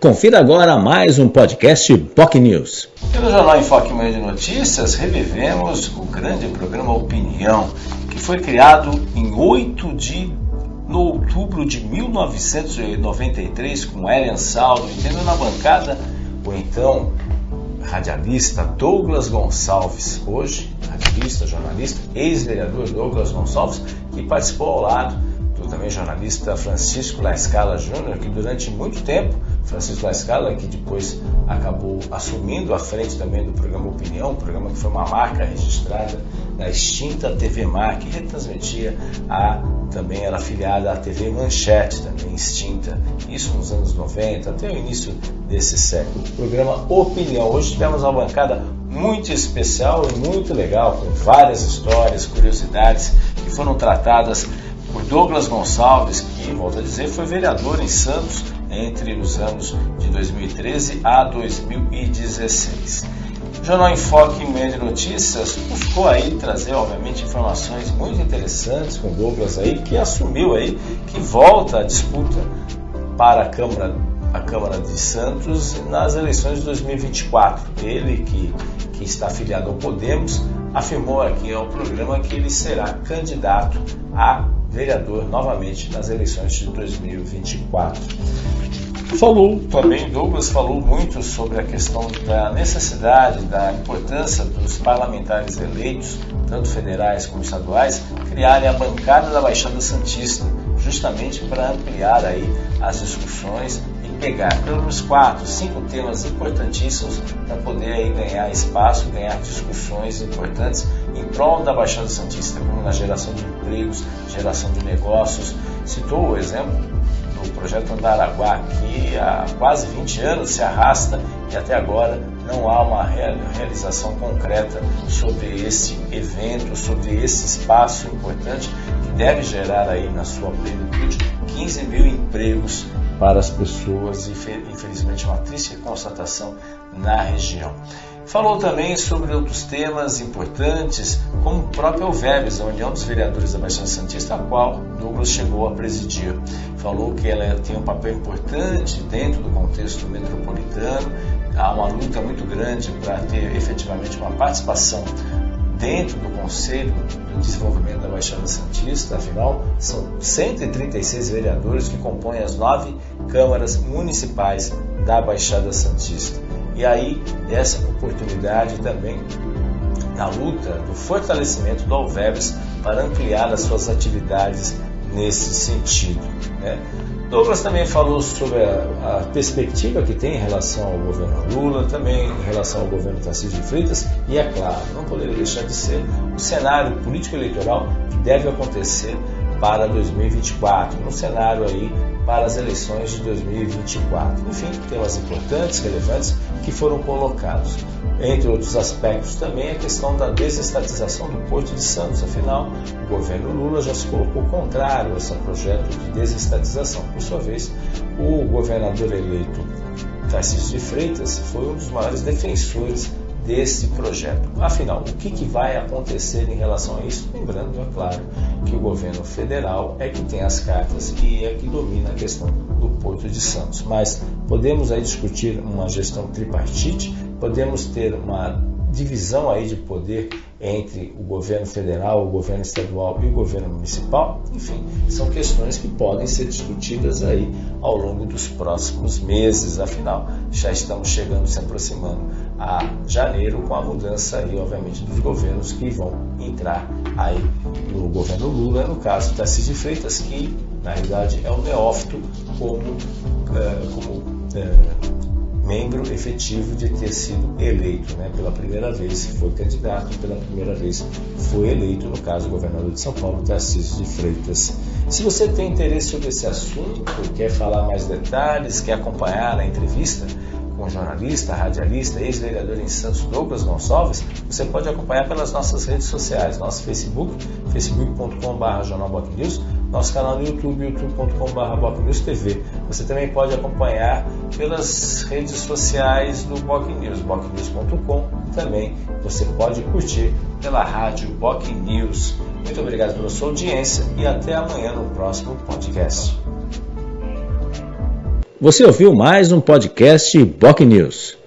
Confira agora mais um podcast POC News. Pelo Jornal em Foque Manhã de Notícias, revivemos o grande programa Opinião, que foi criado em 8 de outubro de 1993 com Elian Saldo, tendo na bancada o então radialista Douglas Gonçalves, hoje radialista, jornalista, ex-vereador Douglas Gonçalves, que participou ao lado do também jornalista Francisco La Scala Júnior, que durante muito tempo, Francisco La Scala, que depois acabou assumindo a frente também do programa Opinião, um programa que foi uma marca registrada da extinta TV Mar, que retransmitia também era afiliada à TV Manchete, também extinta, isso nos anos 90, até o início desse século. O programa Opinião. Hoje tivemos uma bancada muito especial e muito legal, com várias histórias, curiosidades que foram tratadas por Douglas Gonçalves, que, volto a dizer, foi vereador em Santos entre os anos de 2013 a 2016. O Jornal em Foque Manhã de Notícias buscou aí trazer, obviamente, informações muito interessantes com o Douglas aí, que assumiu aí, que volta à disputa para a Câmara de Santos nas eleições de 2024. Ele, que está afiliado ao Podemos, afirmou aqui ao programa que ele será candidato a vereador novamente nas eleições de 2024. Douglas falou muito sobre a questão da necessidade, da importância dos parlamentares eleitos, tanto federais como estaduais, criarem a bancada da Baixada Santista, justamente para ampliar aí as discussões e pegar pelo menos 4, 5 temas importantíssimos para poder aí ganhar espaço, ganhar discussões importantes em prol da Baixada Santista, como na geração de empregos, geração de negócios. Citou o exemplo do projeto Andaraguá, que há quase 20 anos se arrasta e até agora não há uma realização concreta sobre esse evento, sobre esse espaço importante que deve gerar aí na sua plenitude 15 mil empregos para as pessoas e, infelizmente, uma triste constatação na região. Falou também sobre outros temas importantes, como o próprio Alveres, a União dos Vereadores da Baixada Santista, a qual Douglas chegou a presidir. Falou que ela tem um papel importante dentro do contexto metropolitano, há uma luta muito grande para ter efetivamente uma participação dentro do Conselho de Desenvolvimento da Baixada Santista. Afinal, são 136 vereadores que compõem as 9 câmaras municipais da Baixada Santista. E aí, essa oportunidade também na luta do fortalecimento do Alveres para ampliar as suas atividades nesse sentido, né? Douglas também falou sobre a perspectiva que tem em relação ao governo Lula, também em relação ao governo Tarcísio de Freitas e, é claro, não poderia deixar de ser o cenário político-eleitoral que deve acontecer para 2024, no cenário aí para as eleições de 2024. Enfim, temas importantes, relevantes que foram colocados. Entre outros aspectos também a questão da desestatização do Porto de Santos. Afinal, o governo Lula já se colocou contrário a esse projeto de desestatização. Por sua vez, o governador eleito Tarcísio de Freitas foi um dos maiores defensores desse projeto. Afinal, o que vai acontecer em relação a isso? Lembrando, é claro, que o governo federal é que tem as cartas e é que domina a questão do Porto de Santos. Mas podemos aí discutir uma gestão tripartite, podemos ter uma divisão aí de poder entre o governo federal, o governo estadual e o governo municipal. Enfim, são questões que podem ser discutidas aí ao longo dos próximos meses. Afinal, já estamos chegando, se aproximando a janeiro, com a mudança aí, obviamente, dos governos que vão entrar aí no governo Lula, no caso Tarcísio de Freitas, que na realidade é um neófito como membro efetivo de ter sido eleito, né? Pela primeira vez foi candidato, pela primeira vez foi eleito, no caso o governador de São Paulo, Tarcísio de Freitas. Se você tem interesse sobre esse assunto, quer falar mais detalhes, quer acompanhar a entrevista com o jornalista, radialista, ex-vereador em Santos, Douglas Gonçalves, você pode acompanhar pelas nossas redes sociais, nosso Facebook, facebook.com/jornalbocnews, nosso canal no YouTube, youtube.com/bocnewstv. Você também pode acompanhar pelas redes sociais do BocNews, bocnews.com. Também você pode curtir pela rádio BocNews. Muito obrigado pela sua audiência e até amanhã no próximo podcast. Você ouviu mais um podcast BocNews.